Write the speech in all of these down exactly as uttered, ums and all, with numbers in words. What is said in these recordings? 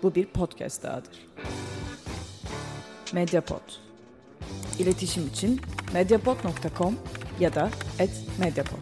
Bu bir podcast dahadır. Mediapod. İletişim için mediapod nokta com ya da et mediapod.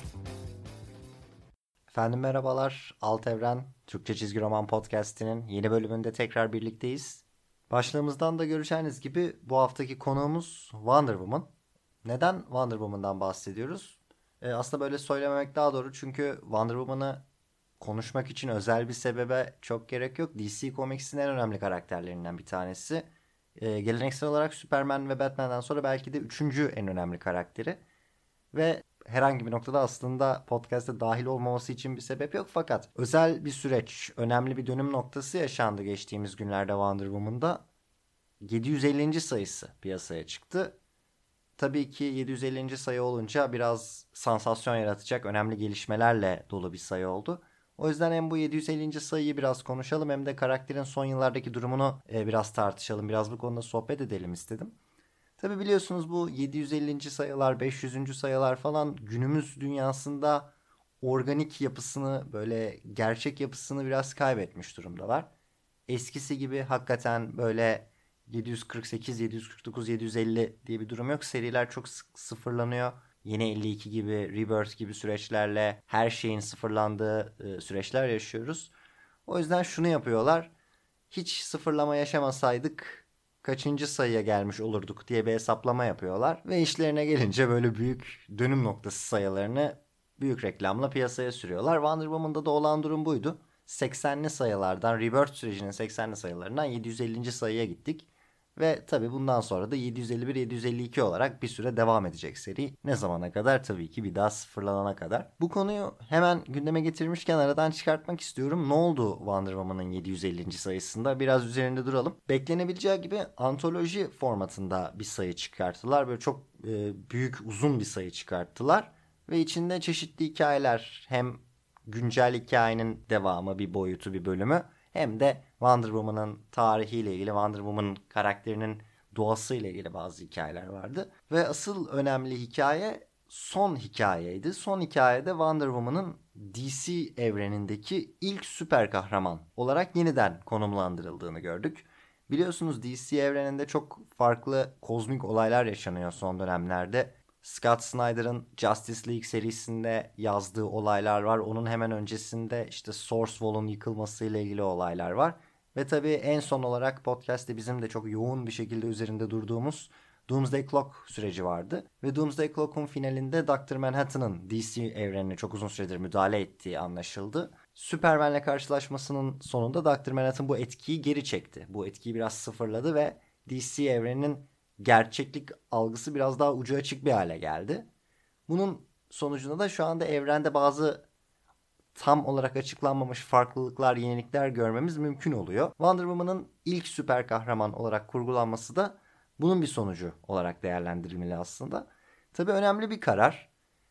Efendim merhabalar. Alt Evren Türkçe Çizgi Roman Podcast'inin yeni bölümünde tekrar birlikteyiz. Başlığımızdan da göreceğiniz gibi bu haftaki konuğumuz Wonder Woman. Neden Wonder Woman'dan bahsediyoruz? Ee, aslında böyle söylememek daha doğru, çünkü Wonder Woman'ı konuşmak için özel bir sebebe çok gerek yok. D C Comics'in en önemli karakterlerinden bir tanesi. Ee, geleneksel olarak Superman ve Batman'den sonra belki de üçüncü en önemli karakteri. Ve herhangi bir noktada aslında podcast'te dahil olmaması için bir sebep yok. Fakat özel bir süreç, önemli bir dönüm noktası yaşandı geçtiğimiz günlerde Wonder Woman'da. yedi yüz ellinci sayısı piyasaya çıktı. Tabii ki yedi yüz ellinci sayı olunca biraz sansasyon yaratacak önemli gelişmelerle dolu bir sayı oldu. O yüzden hem bu yedi yüz ellinci sayıyı biraz konuşalım hem de karakterin son yıllardaki durumunu biraz tartışalım. Biraz bu konuda sohbet edelim istedim. Tabi biliyorsunuz bu yedi yüz ellinci sayılar, beş yüzüncü sayılar falan günümüz dünyasında organik yapısını, böyle gerçek yapısını biraz kaybetmiş durumdalar. Eskisi gibi hakikaten böyle yedi yüz kırk sekiz, yedi yüz kırk dokuz, yedi yüz elli diye bir durum yok. Seriler çok sık sıfırlanıyor. Yeni elli iki gibi, Rebirth gibi süreçlerle her şeyin sıfırlandığı e, süreçler yaşıyoruz. O yüzden şunu yapıyorlar. Hiç sıfırlama yaşamasaydık kaçıncı sayıya gelmiş olurduk diye bir hesaplama yapıyorlar. Ve işlerine gelince böyle büyük dönüm noktası sayılarını büyük reklamla piyasaya sürüyorlar. Wonder Woman'da da olan durum buydu. seksenli sayılardan, Rebirth sürecinin seksenli sayılarından yedi yüz ellinci sayıya gittik. Ve tabi bundan sonra da yedi yüz elli bir, yedi yüz elli iki olarak bir süre devam edecek seri. Ne zamana kadar? Tabii ki bir daha sıfırlanana kadar. Bu konuyu hemen gündeme getirmişken aradan çıkartmak istiyorum. Ne oldu Wonder Woman'ın yedi yüz ellinci sayısında? Biraz üzerinde duralım. Beklenebileceği gibi antoloji formatında bir sayı çıkarttılar. Böyle çok e, büyük, uzun bir sayı çıkarttılar. Ve içinde çeşitli hikayeler, hem güncel hikayenin devamı, bir boyutu, bir bölümü, hem de Wonder Woman'ın tarihiyle ilgili, Wonder Woman karakterinin doğasıyla ilgili bazı hikayeler vardı. Ve asıl önemli hikaye son hikayeydi. Son hikayede Wonder Woman'ın D C evrenindeki ilk süper kahraman olarak yeniden konumlandırıldığını gördük. Biliyorsunuz D C evreninde çok farklı kozmik olaylar yaşanıyor son dönemlerde. Scott Snyder'ın Justice League serisinde yazdığı olaylar var. Onun hemen öncesinde işte Source Wall'un yıkılmasıyla ilgili olaylar var. Ve tabii en son olarak podcast'te bizim de çok yoğun bir şekilde üzerinde durduğumuz Doomsday Clock süreci vardı. Ve Doomsday Clock'un finalinde doktor Manhattan'ın D C evrenine çok uzun süredir müdahale ettiği anlaşıldı. Superman'le karşılaşmasının sonunda doktor Manhattan bu etkiyi geri çekti. Bu etkiyi biraz sıfırladı ve D C evreninin gerçeklik algısı biraz daha ucu açık bir hale geldi. Bunun sonucunda da şu anda evrende bazı tam olarak açıklanmamış farklılıklar, yenilikler görmemiz mümkün oluyor. Wonder Woman'ın ilk süper kahraman olarak kurgulanması da bunun bir sonucu olarak değerlendirilmeli aslında. Tabii önemli bir karar.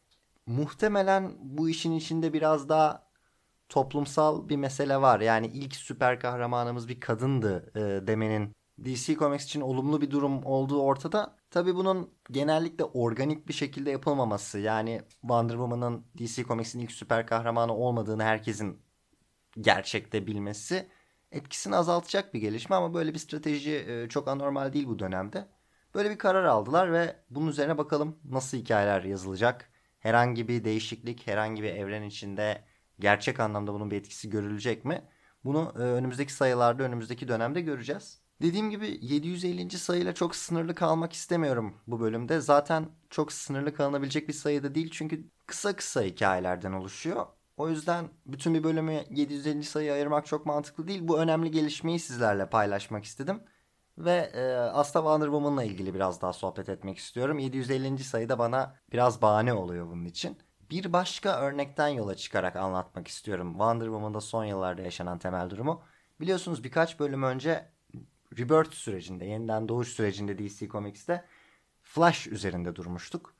Muhtemelen bu işin içinde biraz daha toplumsal bir mesele var. Yani ilk süper kahramanımız bir kadındı e, demenin D C Comics için olumlu bir durum olduğu ortada. Tabii bunun genellikle organik bir şekilde yapılmaması, yani Wonder Woman'ın D C Comics'in ilk süper kahramanı olmadığını herkesin gerçekte bilmesi etkisini azaltacak bir gelişme, ama böyle bir strateji çok anormal değil bu dönemde. Böyle bir karar aldılar ve bunun üzerine bakalım nasıl hikayeler yazılacak. Herhangi bir değişiklik, herhangi bir evren içinde gerçek anlamda bunun bir etkisi görülecek mi? Bunu önümüzdeki sayılarda, önümüzdeki dönemde göreceğiz. Dediğim gibi yedi yüz ellinci sayıyla çok sınırlı kalmak istemiyorum bu bölümde. Zaten çok sınırlı kalınabilecek bir sayıda değil, çünkü kısa kısa hikayelerden oluşuyor. O yüzden bütün bir bölümü yedi yüz ellinci sayıya ayırmak çok mantıklı değil. Bu önemli gelişmeyi sizlerle paylaşmak istedim. Ve e, aslında Wonder Woman'la ilgili biraz daha sohbet etmek istiyorum. yedi yüz ellinci sayıda bana biraz bahane oluyor bunun için. Bir başka örnekten yola çıkarak anlatmak istiyorum Wonder Woman'da son yıllarda yaşanan temel durumu. Biliyorsunuz birkaç bölüm önce Rebirth sürecinde, yeniden doğuş sürecinde D C Comics'te Flash üzerinde durmuştuk.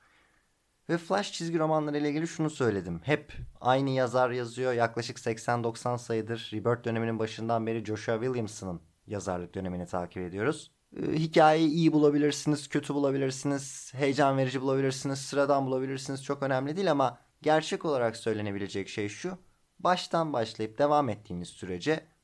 Ve Flash çizgi romanları ile ilgili şunu söyledim. Hep aynı yazar yazıyor. Yaklaşık seksen doksan sayıdır Rebirth döneminin başından beri Joshua Williamson'ın yazarlık dönemini takip ediyoruz. Ee, hikayeyi iyi bulabilirsiniz, kötü bulabilirsiniz, heyecan verici bulabilirsiniz, sıradan bulabilirsiniz. Çok önemli değil, ama gerçek olarak söylenebilecek şey şu: baştan başlayıp devam ettiğiniz sürece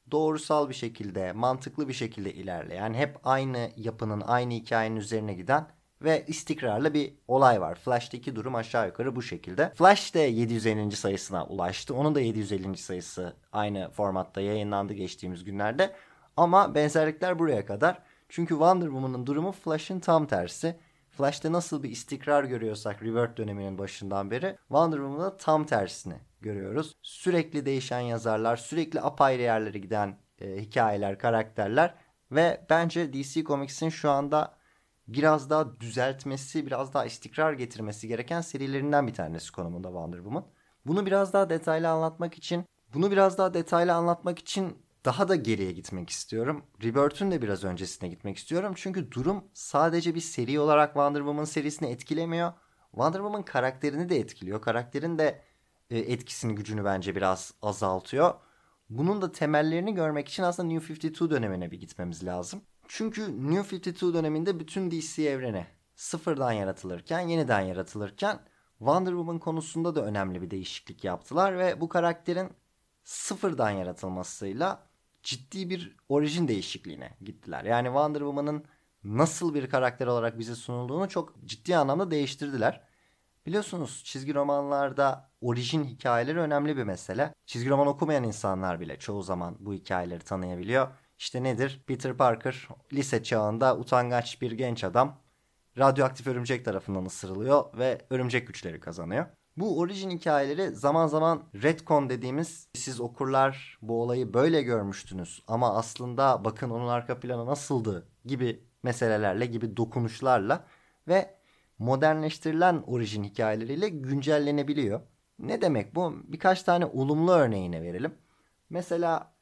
doğrusal bir şekilde, mantıklı bir şekilde ilerleyen, hep aynı yapının, aynı hikayenin üzerine giden ve istikrarlı bir olay var. Flash'taki durum aşağı yukarı bu şekilde. Flash de yedi yüz ellinci sayısına ulaştı. Onun da yedi yüz ellinci sayısı aynı formatta yayınlandı geçtiğimiz günlerde. Ama benzerlikler buraya kadar. Çünkü Wonder Woman'ın durumu Flash'ın tam tersi. Flash'ta nasıl bir istikrar görüyorsak Rebirth döneminin başından beri Wonder Woman'da tam tersini görüyoruz. Sürekli değişen yazarlar, sürekli apayrı yerlere giden e, hikayeler, karakterler ve bence D C Comics'in şu anda biraz daha düzeltmesi, biraz daha istikrar getirmesi gereken serilerinden bir tanesi konumunda Wonder Woman. Bunu biraz daha detaylı anlatmak için, bunu biraz daha detaylı anlatmak için daha da geriye gitmek istiyorum. Rebirth'ün de biraz öncesine gitmek istiyorum. Çünkü durum sadece bir seri olarak Wonder Woman serisini etkilemiyor. Wonder Woman karakterini de etkiliyor. Karakterin de e, etkisini, gücünü bence biraz azaltıyor. Bunun da temellerini görmek için aslında New elli iki dönemine bir gitmemiz lazım. Çünkü New elli iki döneminde bütün D C evreni sıfırdan yaratılırken, yeniden yaratılırken Wonder Woman konusunda da önemli bir değişiklik yaptılar ve bu karakterin sıfırdan yaratılmasıyla ciddi bir orijin değişikliğine gittiler. Yani Wonder Woman'ın nasıl bir karakter olarak bize sunulduğunu çok ciddi anlamda değiştirdiler. Biliyorsunuz çizgi romanlarda orijin hikayeleri önemli bir mesele. Çizgi roman okumayan insanlar bile çoğu zaman bu hikayeleri tanıyabiliyor. İşte nedir? Peter Parker lise çağında utangaç bir genç adam radyoaktif örümcek tarafından ısırılıyor ve örümcek güçleri kazanıyor. Bu orijin hikayeleri zaman zaman retcon dediğimiz, siz okurlar bu olayı böyle görmüştünüz ama aslında bakın onun arka planı nasıldı gibi meselelerle, gibi dokunuşlarla ve modernleştirilen orijin hikayeleriyle güncellenebiliyor. Ne demek bu? Birkaç tane olumlu örneğine verelim. Mesela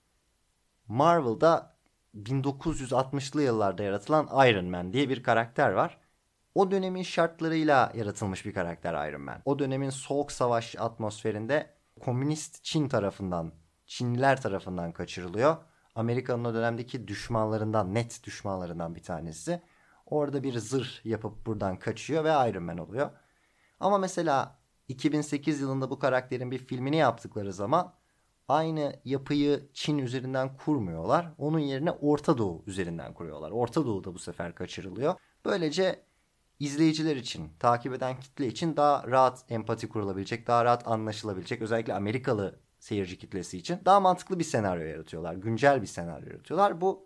Marvel'da bin dokuz yüz altmışlı yıllarda yaratılan Iron Man diye bir karakter var. O dönemin şartlarıyla yaratılmış bir karakter Iron Man. O dönemin soğuk savaş atmosferinde komünist Çin tarafından, Çinliler tarafından kaçırılıyor. Amerika'nın o dönemdeki düşmanlarından, net düşmanlarından bir tanesi. Orada bir zırh yapıp buradan kaçıyor ve Iron Man oluyor. Ama mesela iki bin sekiz yılında bu karakterin bir filmini yaptıkları zaman aynı yapıyı Çin üzerinden kurmuyorlar. Onun yerine Orta Doğu üzerinden kuruyorlar. Orta Doğu'da bu sefer kaçırılıyor. Böylece izleyiciler için, takip eden kitle için daha rahat empati kurulabilecek, daha rahat anlaşılabilecek, özellikle Amerikalı seyirci kitlesi için daha mantıklı bir senaryo yaratıyorlar. Güncel bir senaryo yaratıyorlar. Bu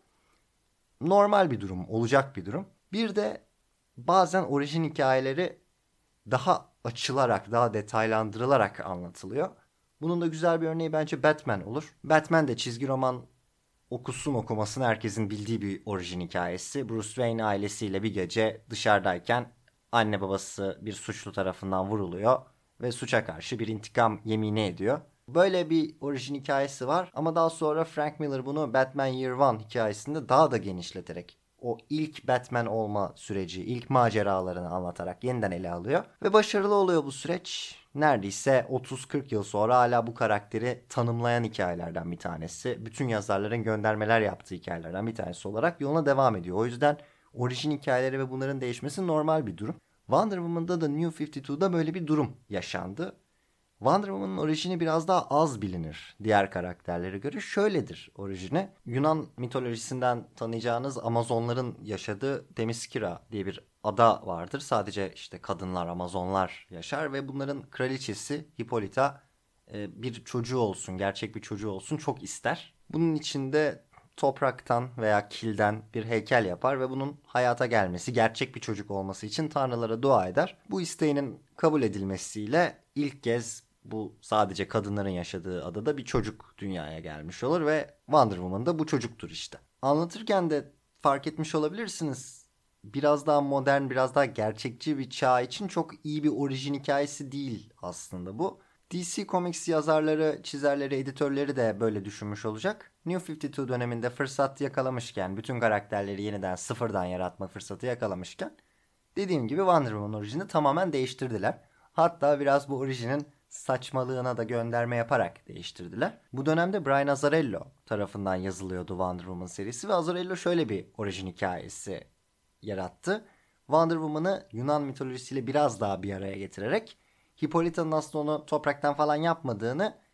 normal bir durum, olacak bir durum. Bir de bazen orijin hikayeleri daha açılarak, daha detaylandırılarak anlatılıyor. Bunun da güzel bir örneği bence Batman olur. Batman de çizgi roman okusun okumasın herkesin bildiği bir orijin hikayesi. Bruce Wayne ailesiyle bir gece dışarıdayken anne babası bir suçlu tarafından vuruluyor ve suça karşı bir intikam yemini ediyor. Böyle bir orijin hikayesi var ama daha sonra Frank Miller bunu Batman Year One hikayesinde daha da genişleterek o ilk Batman olma süreci, ilk maceralarını anlatarak yeniden ele alıyor. Ve başarılı oluyor bu süreç. Neredeyse otuz kırk yıl sonra hala bu karakteri tanımlayan hikayelerden bir tanesi. Bütün yazarların göndermeler yaptığı hikayelerden bir tanesi olarak yoluna devam ediyor. O yüzden orijin hikayeleri ve bunların değişmesi normal bir durum. Wonder Woman'da da New elli iki'de böyle bir durum yaşandı. Wonder Woman'ın orijini biraz daha az bilinir diğer karakterlere göre. Şöyledir orijini. Yunan mitolojisinden tanıyacağınız Amazonların yaşadığı Themyscira diye bir ada vardır. Sadece işte kadınlar, Amazonlar yaşar ve bunların kraliçesi Hippolyta bir çocuğu olsun, gerçek bir çocuğu olsun çok ister. Bunun içinde topraktan veya kilden bir heykel yapar ve bunun hayata gelmesi, gerçek bir çocuk olması için tanrılara dua eder. Bu isteğinin kabul edilmesiyle ilk kez bu sadece kadınların yaşadığı adada bir çocuk dünyaya gelmiş olur ve Wonder Woman da bu çocuktur işte. Anlatırken de fark etmiş olabilirsiniz. Biraz daha modern, biraz daha gerçekçi bir çağ için çok iyi bir orijin hikayesi değil aslında bu. D C Comics yazarları, çizerleri, editörleri de böyle düşünmüş olacak. New elli iki döneminde fırsat yakalamışken, bütün karakterleri yeniden sıfırdan yaratma fırsatı yakalamışken, dediğim gibi Wonder Woman orijini tamamen değiştirdiler. Hatta biraz bu orijinin saçmalığına da gönderme yaparak değiştirdiler. Bu dönemde Brian Azzarello tarafından yazılıyordu Wonder Woman serisi ve Azzarello şöyle bir orijin hikayesi yarattı. Wonder Woman'ı Yunan mitolojisiyle biraz daha bir araya getirerek Hippolyta'nın aslında onu topraktan falan yapmadığını,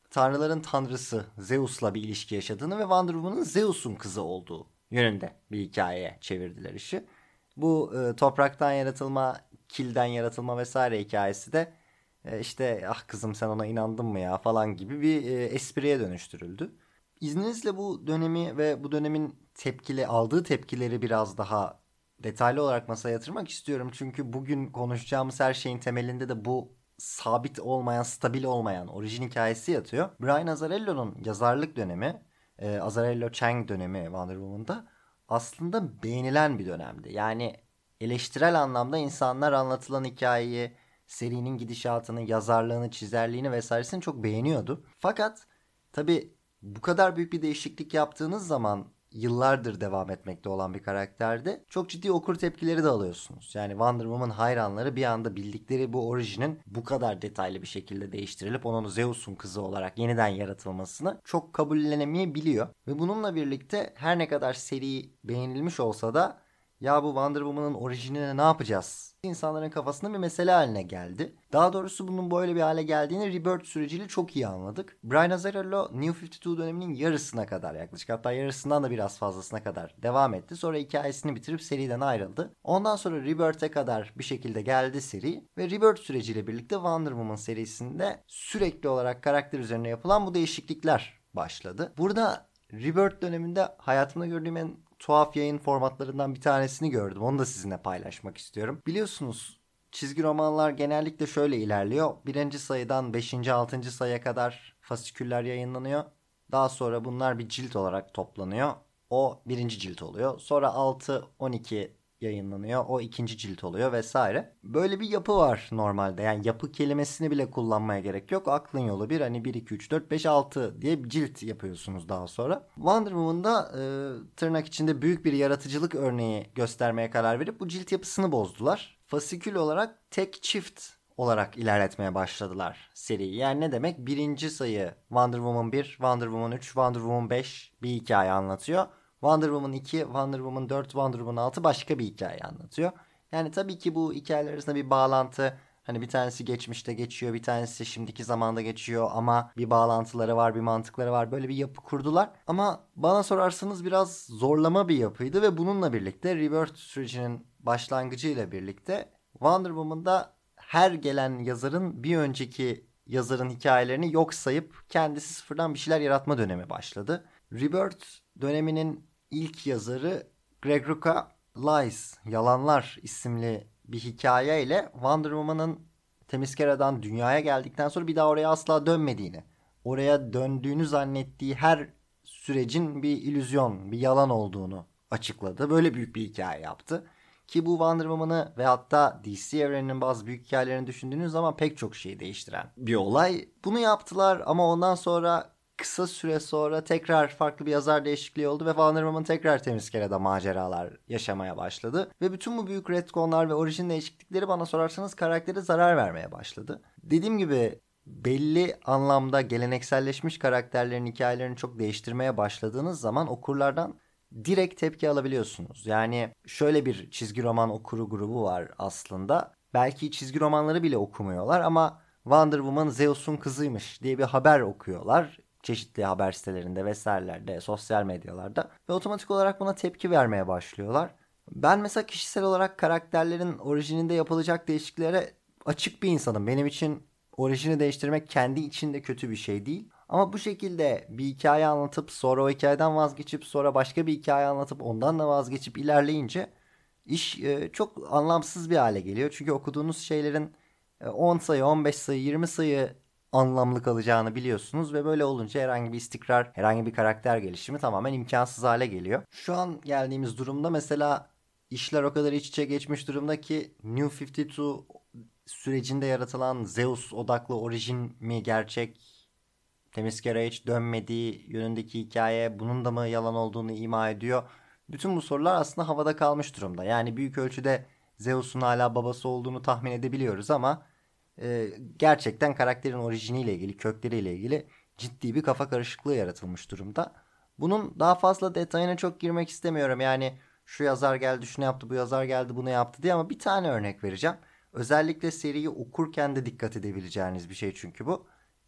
tanrıların tanrısı Zeus'la bir ilişki yaşadığını ve Wonder Woman'ın Zeus'un kızı olduğu yönünde bir hikayeye çevirdiler işi. Bu e, topraktan yaratılma, kilden yaratılma vesaire hikayesi de e, işte ah kızım sen ona inandın mı ya falan gibi bir e, espriye dönüştürüldü. İzninizle bu dönemi ve bu dönemin tepkili aldığı tepkileri biraz daha detaylı olarak masaya yatırmak istiyorum. Çünkü bugün konuşacağımız her şeyin temelinde de bu sabit olmayan, stabil olmayan orijin hikayesi yatıyor. Brian Azzarello'nun yazarlık dönemi, e, Azzarello Chang dönemi Wonder Woman'da aslında beğenilen bir dönemdi. Yani eleştirel anlamda insanlar anlatılan hikayeyi, serinin gidişatını, yazarlığını, çizerliğini vesairesini çok beğeniyordu. Fakat tabii bu kadar büyük bir değişiklik yaptığınız zaman yıllardır devam etmekte olan bir karakterde çok ciddi okur tepkileri de alıyorsunuz. Yani Wonder Woman hayranları bir anda bildikleri bu orijinin bu kadar detaylı bir şekilde değiştirilip onun Zeus'un kızı olarak yeniden yaratılmasını çok kabullenemeyebiliyor. Ve bununla birlikte her ne kadar seri beğenilmiş olsa da ya bu Wonder Woman'ın orijinine ne yapacağız? İnsanların kafasında bir mesele haline geldi. Daha doğrusu bunun böyle bir hale geldiğini Rebirth süreciyle çok iyi anladık. Brian Azzarello New fifty two döneminin yarısına kadar yaklaşık hatta yarısından da biraz fazlasına kadar devam etti. Sonra hikayesini bitirip seriden ayrıldı. Ondan sonra Rebirth'e kadar bir şekilde geldi seri ve Rebirth süreciyle birlikte Wonder Woman serisinde sürekli olarak karakter üzerine yapılan bu değişiklikler başladı. Burada Rebirth döneminde hayatımda gördüğüm en tuhaf yayın formatlarından bir tanesini gördüm. Onu da sizinle paylaşmak istiyorum. Biliyorsunuz çizgi romanlar genellikle şöyle ilerliyor. Birinci sayıdan beşinci altıncı sayıya kadar fasiküller yayınlanıyor. Daha sonra bunlar bir cilt olarak toplanıyor. O birinci cilt oluyor. Sonra altı on iki yayınlanıyor. O ikinci cilt oluyor vesaire. Böyle bir yapı var normalde. Yani yapı kelimesini bile kullanmaya gerek yok. Aklın yolu bir hani bir iki üç dört beş altı diye bir cilt yapıyorsunuz daha sonra. Wonder Woman'da e, tırnak içinde büyük bir yaratıcılık örneği göstermeye karar verip bu cilt yapısını bozdular. Fasikül olarak tek çift olarak ilerletmeye başladılar seriyi. Yani ne demek? Birinci sayı Wonder Woman bir, Wonder Woman üç, Wonder Woman beş bir hikaye anlatıyor. Wonder Woman iki, Wonder Woman dört, Wonder Woman altı başka bir hikaye anlatıyor. Yani tabii ki bu hikayeler arasında bir bağlantı. Hani bir tanesi geçmişte geçiyor, bir tanesi şimdiki zamanda geçiyor ama bir bağlantıları var, bir mantıkları var. Böyle bir yapı kurdular. Ama bana sorarsanız biraz zorlama bir yapıydı ve bununla birlikte Rebirth sürecinin başlangıcıyla birlikte Wonder Woman'da her gelen yazarın bir önceki yazarın hikayelerini yok sayıp kendisi sıfırdan bir şeyler yaratma dönemi başladı. Rebirth döneminin ilk yazarı Greg Rucka Lies, Yalanlar isimli bir hikayeyle Wonder Woman'ın Themyscira'dan dünyaya geldikten sonra bir daha oraya asla dönmediğini, oraya döndüğünü zannettiği her sürecin bir illüzyon, bir yalan olduğunu açıkladı. Böyle büyük bir hikaye yaptı. Ki bu Wonder Woman'ı ve hatta D C evreninin bazı büyük hikayelerini düşündüğünüz zaman pek çok şeyi değiştiren bir olay. Bunu yaptılar ama ondan sonra kısa süre sonra tekrar farklı bir yazar değişikliği oldu ve Wonder Woman tekrar Themyscira'da maceralar yaşamaya başladı. Ve bütün bu büyük retconlar ve orijin değişiklikleri bana sorarsanız karaktere zarar vermeye başladı. Dediğim gibi belli anlamda gelenekselleşmiş karakterlerin hikayelerini çok değiştirmeye başladığınız zaman okurlardan direkt tepki alabiliyorsunuz. Yani şöyle bir çizgi roman okuru grubu var aslında. Belki çizgi romanları bile okumuyorlar ama Wonder Woman Zeus'un kızıymış diye bir haber okuyorlar. Çeşitli haber sitelerinde vesairelerde, sosyal medyalarda ve otomatik olarak buna tepki vermeye başlıyorlar. Ben mesela kişisel olarak karakterlerin orijininde yapılacak değişikliklere açık bir insanım. Benim için orijini değiştirmek kendi içinde kötü bir şey değil. Ama bu şekilde bir hikaye anlatıp sonra o hikayeden vazgeçip sonra başka bir hikaye anlatıp ondan da vazgeçip ilerleyince iş e, çok anlamsız bir hale geliyor. Çünkü okuduğunuz şeylerin e, on sayı, on beş sayı, yirmi sayı anlamlı kalacağını biliyorsunuz ve böyle olunca herhangi bir istikrar, herhangi bir karakter gelişimi tamamen imkansız hale geliyor. Şu an geldiğimiz durumda mesela işler o kadar iç içe geçmiş durumda ki New fifty two sürecinde yaratılan Zeus odaklı orijin mi gerçek, Themyscira'ya hiç dönmediği yönündeki hikaye bunun da mı yalan olduğunu ima ediyor. Bütün bu sorular aslında havada kalmış durumda. Yani büyük ölçüde Zeus'un hala babası olduğunu tahmin edebiliyoruz ama e, gerçekten karakterin orijiniyle ilgili, kökleriyle ilgili ciddi bir kafa karışıklığı yaratılmış durumda. Bunun daha fazla detayına çok girmek istemiyorum. Yani şu yazar geldi, şunu yaptı, bu yazar geldi, bunu yaptı diye ama bir tane örnek vereceğim. Özellikle seriyi okurken de dikkat edebileceğiniz bir şey çünkü bu.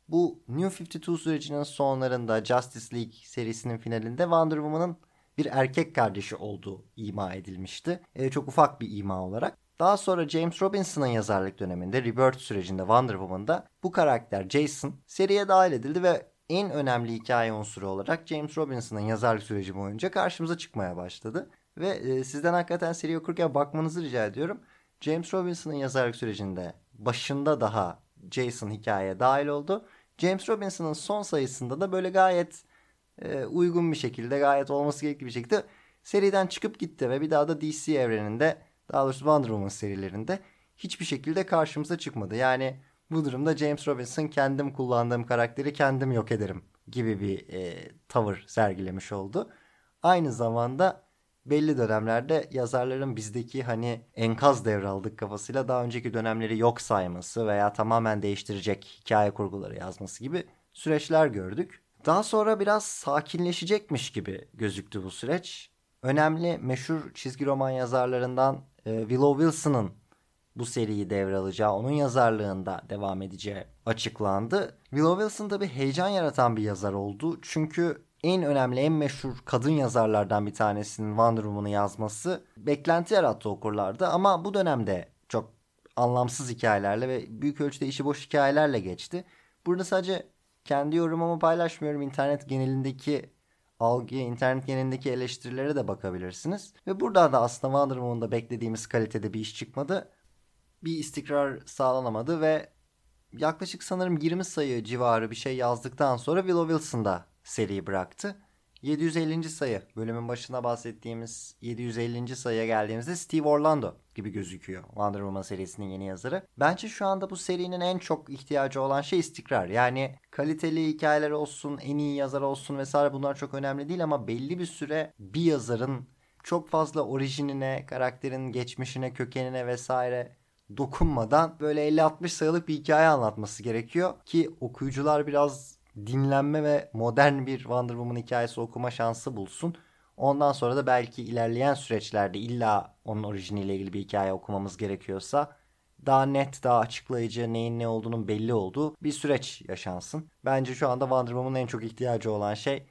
Bu New elli iki sürecinin sonlarında Justice League serisinin finalinde Wonder Woman'ın bir erkek kardeşi olduğu ima edilmişti. E, çok ufak bir ima olarak. Daha sonra James Robinson'ın yazarlık döneminde Rebirth sürecinde Wonder Woman'da bu karakter Jason seriye dahil edildi ve en önemli hikaye unsuru olarak James Robinson'ın yazarlık süreci boyunca karşımıza çıkmaya başladı. Ve e, sizden hakikaten seriyi okurken bakmanızı rica ediyorum. James Robinson'ın yazarlık sürecinde başında daha Jason hikayeye dahil oldu. James Robinson'ın son sayısında da böyle gayet e, uygun bir şekilde, gayet olması gerektiği bir şekilde seriden çıkıp gitti ve bir daha da D C evreninde, daha doğrusu Wonder Woman serilerinde hiçbir şekilde karşımıza çıkmadı. Yani bu durumda James Robinson kendim kullandığım karakteri kendim yok ederim gibi bir e, tavır sergilemiş oldu. Aynı zamanda belli dönemlerde yazarların bizdeki hani enkaz devraldık kafasıyla daha önceki dönemleri yok sayması veya tamamen değiştirecek hikaye kurguları yazması gibi süreçler gördük. Daha sonra biraz sakinleşecekmiş gibi gözüktü bu süreç. Önemli meşhur çizgi roman yazarlarından e, Willow Wilson'ın bu seriyi devralacağı, onun yazarlığında devam edeceği açıklandı. Willow Wilson da bir heyecan yaratan bir yazar oldu. Çünkü en önemli, en meşhur kadın yazarlardan bir tanesinin Wonder Woman'ı yazması beklenti yarattı okurlarda. Ama bu dönemde çok anlamsız hikayelerle ve büyük ölçüde işi boş hikayelerle geçti. Burada sadece kendi yorumumu paylaşmıyorum. İnternet genelindeki algıya, internet genelindeki eleştirilere de bakabilirsiniz. Ve burada da aslında Wonder Woman'da beklediğimiz kalitede bir iş çıkmadı. Bir istikrar sağlanamadı ve yaklaşık sanırım yirmi sayı civarı bir şey yazdıktan sonra Willow Wilson da seriyi bıraktı. yedi yüz ellinci sayı, bölümün başında bahsettiğimiz yedi yüz ellinci sayıya geldiğimizde Steve Orlando gibi gözüküyor Wonder Woman serisinin yeni yazarı. Bence şu anda bu serinin en çok ihtiyacı olan şey istikrar. Yani kaliteli hikayeler olsun, en iyi yazar olsun vesaire, bunlar çok önemli değil ama belli bir süre bir yazarın çok fazla orijinine, karakterin geçmişine, kökenine vesaire dokunmadan böyle elli altmış sayılık bir hikaye anlatması gerekiyor ki okuyucular biraz dinlenme ve modern bir Wonder Woman hikayesi okuma şansı bulsun. Ondan sonra da belki ilerleyen süreçlerde illa onun orijiniyle ilgili bir hikaye okumamız gerekiyorsa daha net, daha açıklayıcı, neyin ne olduğunun belli olduğu bir süreç yaşansın. Bence şu anda Wonder Woman'ın en çok ihtiyacı olan şey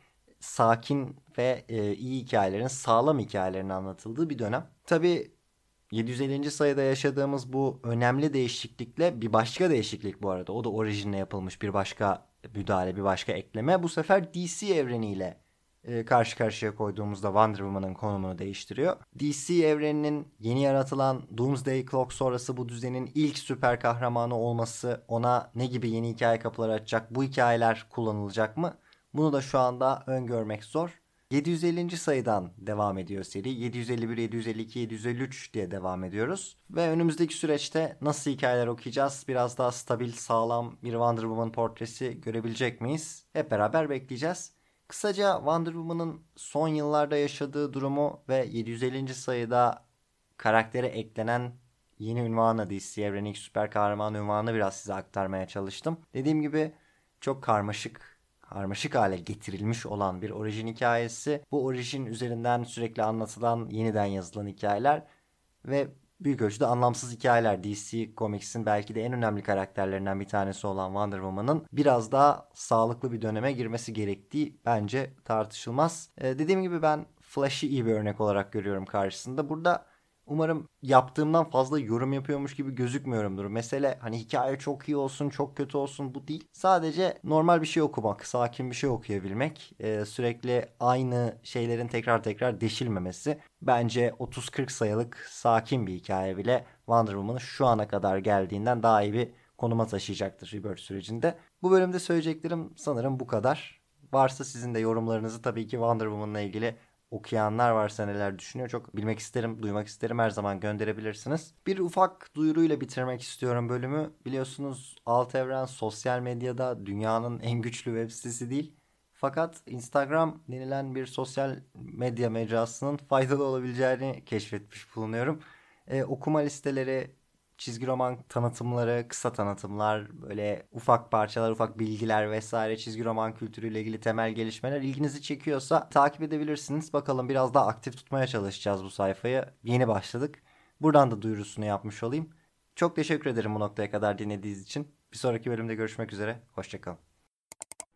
sakin ve e, iyi hikayelerin, sağlam hikayelerin anlatıldığı bir dönem. Tabii yedi yüz ellinci sayıda yaşadığımız bu önemli değişiklikle bir başka değişiklik bu arada. O da orijinle yapılmış bir başka müdahale, bir başka ekleme. Bu sefer D C evreniyle e, karşı karşıya koyduğumuzda Wonder Woman'ın konumunu değiştiriyor. D C evreninin yeni yaratılan Doomsday Clock sonrası bu düzenin ilk süper kahramanı olması ona ne gibi yeni hikaye kapıları açacak? Bu hikayeler kullanılacak mı? Bunu da şu anda öngörmek zor. yedi yüz ellinci sayıdan devam ediyor seri. yedi yüz elli bir, yedi yüz elli iki, yedi yüz elli üç diye devam ediyoruz. Ve önümüzdeki süreçte nasıl hikayeler okuyacağız? Biraz daha stabil, sağlam bir Wonder Woman portresi görebilecek miyiz? Hep beraber bekleyeceğiz. Kısaca Wonder Woman'ın son yıllarda yaşadığı durumu ve yedi yüz ellinci sayıda karaktere eklenen yeni ünvanı, D C evrenin ilk süper kahraman ünvanını biraz size aktarmaya çalıştım. Dediğim gibi çok karmaşık, karmaşık hale getirilmiş olan bir orijin hikayesi. Bu orijin üzerinden sürekli anlatılan, yeniden yazılan hikayeler ve büyük ölçüde anlamsız hikayeler. D C Comics'in belki de en önemli karakterlerinden bir tanesi olan Wonder Woman'ın biraz daha sağlıklı bir döneme girmesi gerektiği bence tartışılmaz. Ee, dediğim gibi ben Flash'ı iyi bir örnek olarak görüyorum karşısında. Burada umarım yaptığımdan fazla yorum yapıyormuş gibi gözükmüyorumdur. Mesele hani hikaye çok iyi olsun, çok kötü olsun, bu değil. Sadece normal bir şey okumak, sakin bir şey okuyabilmek, e, sürekli aynı şeylerin tekrar tekrar deşilmemesi. Bence otuz kırk sayılık sakin bir hikaye bile Wonder Woman'ı şu ana kadar geldiğinden daha iyi bir konuma taşıyacaktır Rebirth sürecinde. Bu bölümde söyleyeceklerim sanırım bu kadar. Varsa sizin de yorumlarınızı tabii ki Wonder Woman'la ilgili okuyanlar varsa neler düşünüyor çok bilmek isterim, duymak isterim. Her zaman gönderebilirsiniz. Bir ufak duyuruyla bitirmek istiyorum bölümü. Biliyorsunuz Alt Evren sosyal medyada dünyanın en güçlü web sitesi değil. Fakat Instagram denilen bir sosyal medya mecrasının faydalı olabileceğini keşfetmiş bulunuyorum. Ee, okuma listeleri, çizgi roman tanıtımları, kısa tanıtımlar, böyle ufak parçalar, ufak bilgiler vesaire, çizgi roman kültürüyle ilgili temel gelişmeler ilginizi çekiyorsa takip edebilirsiniz. Bakalım biraz daha aktif tutmaya çalışacağız bu sayfayı. Yeni başladık. Buradan da duyurusunu yapmış olayım. Çok teşekkür ederim bu noktaya kadar dinlediğiniz için. Bir sonraki bölümde görüşmek üzere. Hoşçakalın.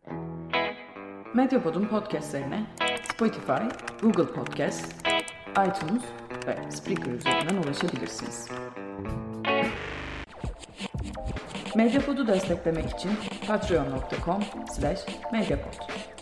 Medyapod'un podcastlerine Spotify, Google Podcast, iTunes ve Spreaker üzerinden ulaşabilirsiniz. Medyapod'u desteklemek için patreon nokta com slash medyapod.